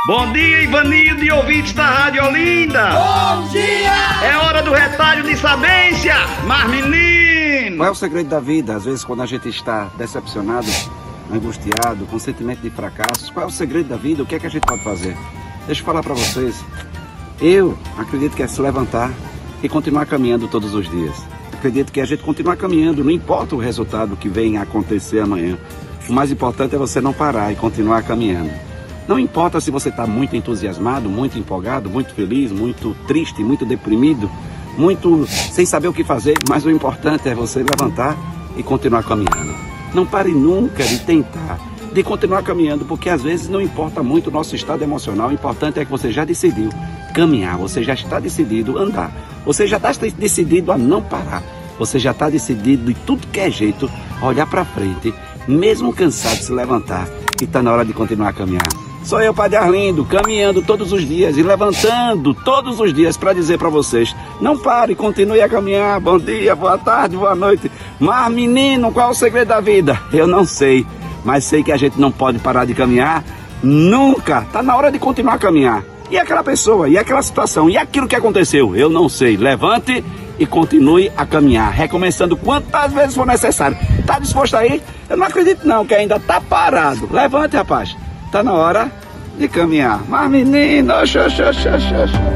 Bom dia, Ivanildo e ouvintes da Rádio Olinda. Bom dia! É hora do retalho de sabência, mas menino! Qual é o segredo da vida? Às vezes quando a gente está decepcionado, angustiado, com sentimento de fracasso, qual é o segredo da vida? O que é que a gente pode fazer? Deixa eu falar para vocês. Eu acredito que é se levantar e continuar caminhando todos os dias. Acredito que a gente continuar caminhando, não importa o resultado que venha a acontecer amanhã. O mais importante é você não parar e continuar caminhando. Não importa se você está muito entusiasmado, muito empolgado, muito feliz, muito triste, muito deprimido, muito sem saber o que fazer, mas o importante é você levantar e continuar caminhando. Não pare nunca de tentar, de continuar caminhando, porque às vezes não importa muito o nosso estado emocional, o importante é que você já decidiu caminhar, você já está decidido a andar, você já está decidido a não parar, você já está decidido de tudo que é jeito a olhar para frente, mesmo cansado de se levantar, e está na hora de continuar a caminhar. Sou eu, Padre Arlindo, caminhando todos os dias e levantando todos os dias para dizer para vocês, não pare, continue a caminhar, bom dia, boa tarde, boa noite. Mas menino, qual é o segredo da vida? Eu não sei, mas sei que a gente não pode parar de caminhar nunca, está na hora de continuar a caminhar. E aquela pessoa, e aquela situação, e aquilo que aconteceu? Eu não sei, levante e continue a caminhar, recomeçando quantas vezes for necessário. Está disposto aí? Eu não acredito não, que ainda está parado. Levante, rapaz. Tá na hora de caminhar. Mas menino,